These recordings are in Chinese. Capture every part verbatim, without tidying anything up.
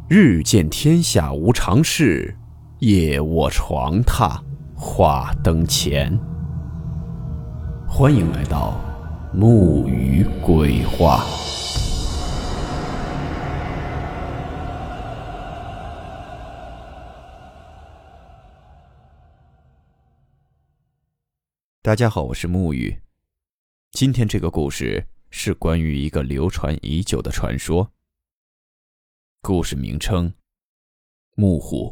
日见天下无常事，夜卧床榻话灯前。欢迎来到木鱼鬼话。大家好，我是木鱼。今天这个故事是关于一个流传已久的传说。故事名称：木虎。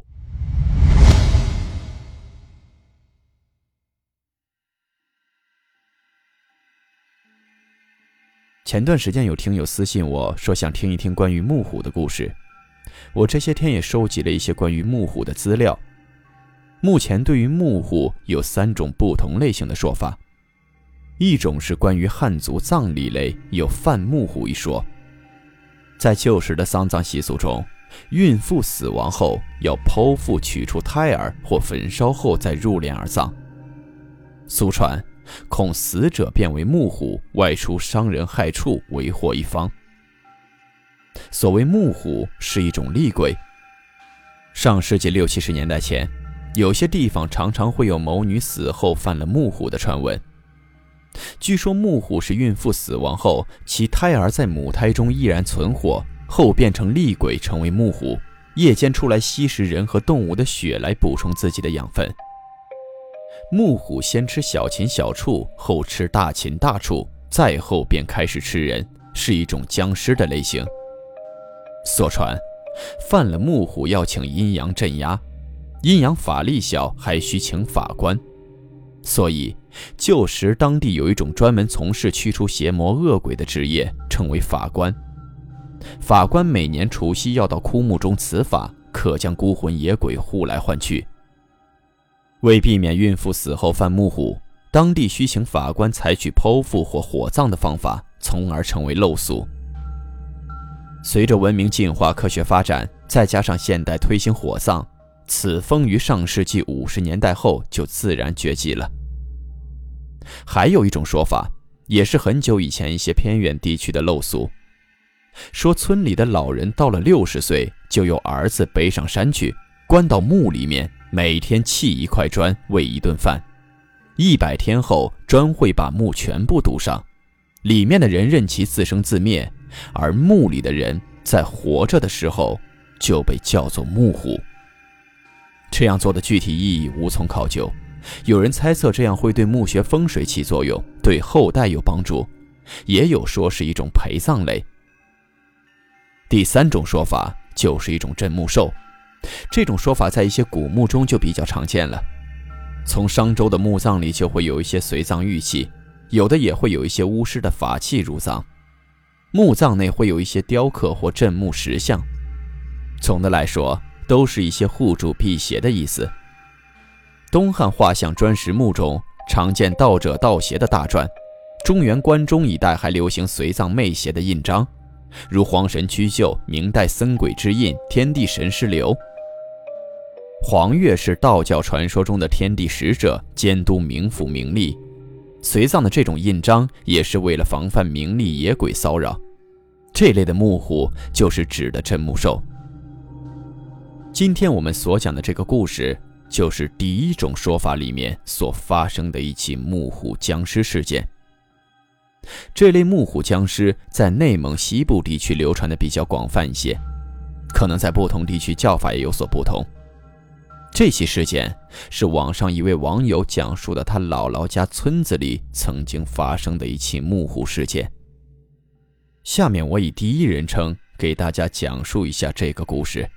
前段时间有听友私信我说想听一听关于木虎的故事，我这些天也收集了一些关于木虎的资料。目前对于木虎有三种不同类型的说法，一种是关于汉族葬礼类有犯木虎一说。在旧时的丧葬习俗中，孕妇死亡后要剖腹取出胎儿或焚烧后再入殓而葬。俗传恐死者变为木虎，外出伤人害处，为祸一方。所谓木虎是一种厉鬼。上世纪六七十年代前，有些地方常常会有某女死后犯了木虎的传闻。据说木虎是孕妇死亡后，其胎儿在母胎中依然存活，后变成厉鬼成为木虎，夜间出来吸食人和动物的血来补充自己的养分。木虎先吃小禽小畜，后吃大禽大畜，再后便开始吃人，是一种僵尸的类型。所传犯了木虎要请阴阳镇压，阴阳法力小还需请法官，所以旧时当地有一种专门从事驱除邪魔恶鬼的职业，称为法官。法官每年除夕要到枯木中辞法，可将孤魂野鬼呼来唤去。为避免孕妇死后犯木虎，当地需请法官采取剖腹或火葬的方法，从而成为陋俗。随着文明进化、科学发展，再加上现代推行火葬，此风于上世纪五十年代后就自然绝迹了。还有一种说法，也是很久以前一些偏远地区的陋俗，说村里的老人到了六十岁，就由儿子背上山去，关到墓里面，每天砌一块砖喂一顿饭。一百天后，砖会把墓全部堵上，里面的人任其自生自灭，而墓里的人在活着的时候就被叫做木虎。这样做的具体意义无从考究，有人猜测这样会对墓穴风水起作用，对后代有帮助，也有说是一种陪葬类。第三种说法就是一种镇墓兽，这种说法在一些古墓中就比较常见了。从商周的墓葬里就会有一些随葬玉器，有的也会有一些巫师的法器入葬。墓葬内会有一些雕刻或镇墓石像，总的来说都是一些护主辟邪的意思。东汉画像砖石墓中常见道者道邪的大篆，中原关中一带还流行随葬媚邪的印章，如黄神屈就、明代僧鬼之印、天地神师流。黄月是道教传说中的天地使者，监督冥府冥吏，随葬的这种印章也是为了防范冥吏野鬼骚扰。这类的木虎就是指的镇墓兽。今天我们所讲的这个故事，就是第一种说法里面所发生的一起木虎僵尸事件。这类木虎僵尸在内蒙西部地区流传的比较广泛一些，可能在不同地区叫法也有所不同。这起事件是网上一位网友讲述的他姥姥家村子里曾经发生的一起木虎事件。下面我以第一人称给大家讲述一下这个故事。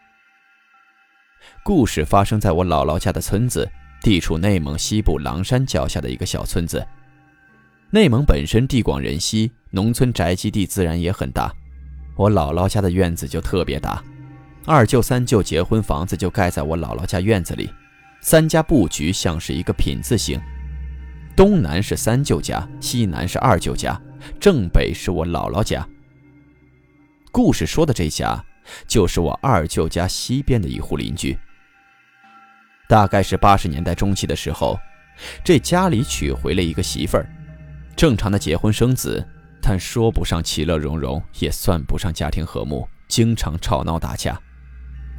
故事发生在我姥姥家的村子，地处内蒙西部狼山脚下的一个小村子。内蒙本身地广人稀，农村宅基地自然也很大，我姥姥家的院子就特别大。二舅三舅结婚房子就盖在我姥姥家院子里，三家布局像是一个品字形，东南是三舅家，西南是二舅家，正北是我姥姥家。故事说的这家就是我二舅家西边的一户邻居。大概是八十年代中期的时候，这家里娶回了一个媳妇儿，正常的结婚生子，但说不上其乐融融，也算不上家庭和睦，经常吵闹打架。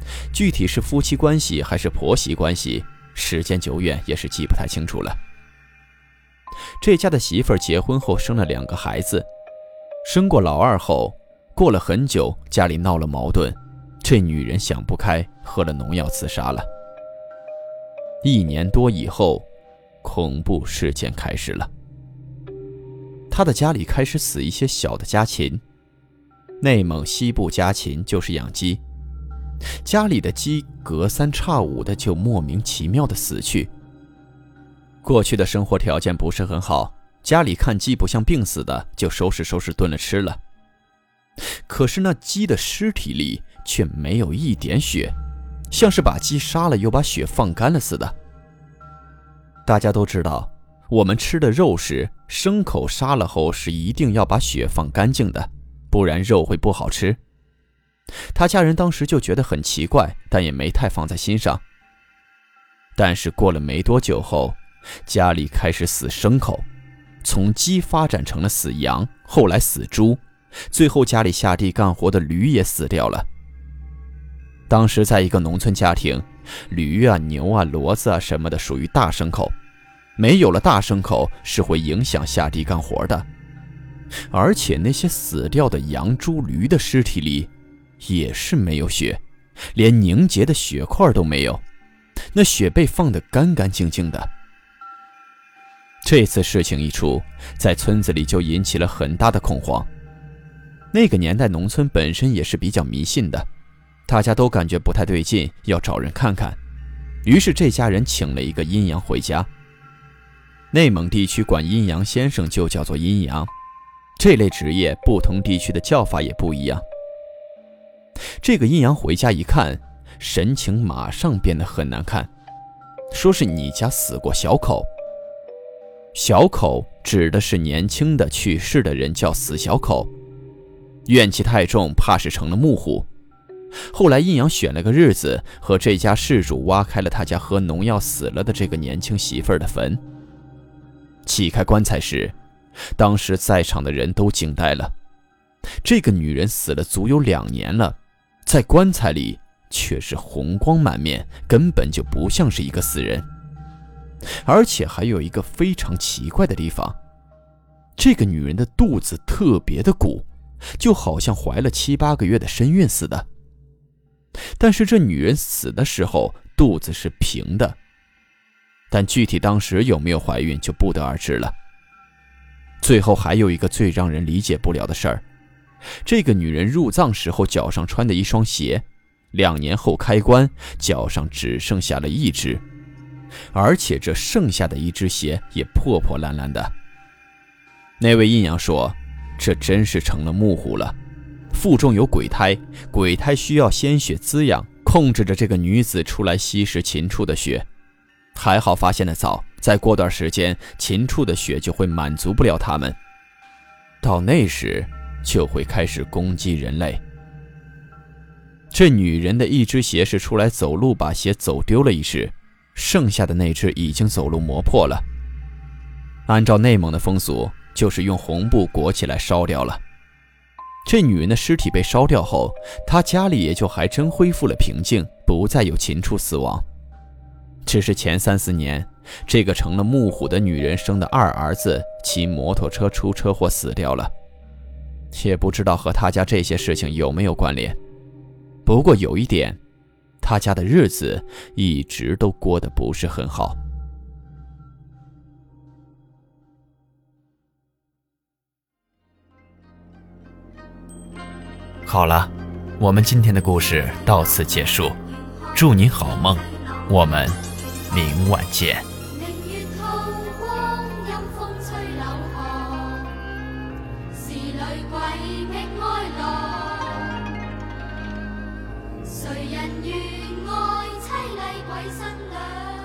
具体是夫妻关系还是婆媳关系，时间久远也是记不太清楚了。这家的媳妇儿结婚后生了两个孩子，生过老二后，过了很久，家里闹了矛盾，这女人想不开，喝了农药自杀了。一年多以后，恐怖事件开始了。她的家里开始死一些小的家禽，内蒙西部家禽就是养鸡，家里的鸡隔三差五的就莫名其妙的死去。过去的生活条件不是很好，家里看鸡不像病死的，就收拾收拾炖了吃了。可是那鸡的尸体里却没有一点血，像是把鸡杀了又把血放干了似的。大家都知道，我们吃的肉时，牲口杀了后是一定要把血放干净的，不然肉会不好吃。他家人当时就觉得很奇怪，但也没太放在心上。但是过了没多久后，家里开始死牲口，从鸡发展成了死羊，后来死猪，最后家里下地干活的驴也死掉了。当时在一个农村家庭，驴啊、牛啊、骡子啊什么的属于大牲口，没有了大牲口是会影响下地干活的。而且那些死掉的羊、猪、驴的尸体里也是没有血，连凝结的血块都没有，那血被放得干干净净的。这次事情一出，在村子里就引起了很大的恐慌。那个年代农村本身也是比较迷信的，大家都感觉不太对劲，要找人看看。于是这家人请了一个阴阳回家。内蒙地区管阴阳先生就叫做阴阳，这类职业不同地区的叫法也不一样。这个阴阳回家一看，神情马上变得很难看，说是你家死过小口。小口指的是年轻的去世的人叫死小口，怨气太重，怕是成了木虎。后来阴阳选了个日子，和这家事主挖开了他家喝农药死了的这个年轻媳妇儿的坟。启开棺材时，当时在场的人都惊呆了。这个女人死了足有两年了，在棺材里却是红光满面，根本就不像是一个死人。而且还有一个非常奇怪的地方，这个女人的肚子特别的鼓，就好像怀了七八个月的身孕似的。但是这女人死的时候肚子是平的，但具体当时有没有怀孕就不得而知了。最后还有一个最让人理解不了的事儿，这个女人入葬时候脚上穿的一双鞋，两年后开棺，脚上只剩下了一只，而且这剩下的一只鞋也破破烂烂的。那位阴阳说，这真是成了木虎了，腹中有鬼胎，鬼胎需要鲜血滋养，控制着这个女子出来吸食禽畜的血。还好发现的早，再过段时间禽畜的血就会满足不了他们，到那时就会开始攻击人类。这女人的一只鞋是出来走路把鞋走丢了一只，剩下的那只已经走路磨破了。按照内蒙的风俗，就是用红布裹起来烧掉了。这女人的尸体被烧掉后，她家里也就还真恢复了平静，不再有禽畜死亡。只是前三四年，这个成了木虎的女人生的二儿子骑摩托车出车祸死掉了，也不知道和她家这些事情有没有关联。不过有一点，她家的日子一直都过得不是很好。好了，我们今天的故事到此结束，祝您好梦，我们明晚见。 谁人愿爱凄厉鬼新娘？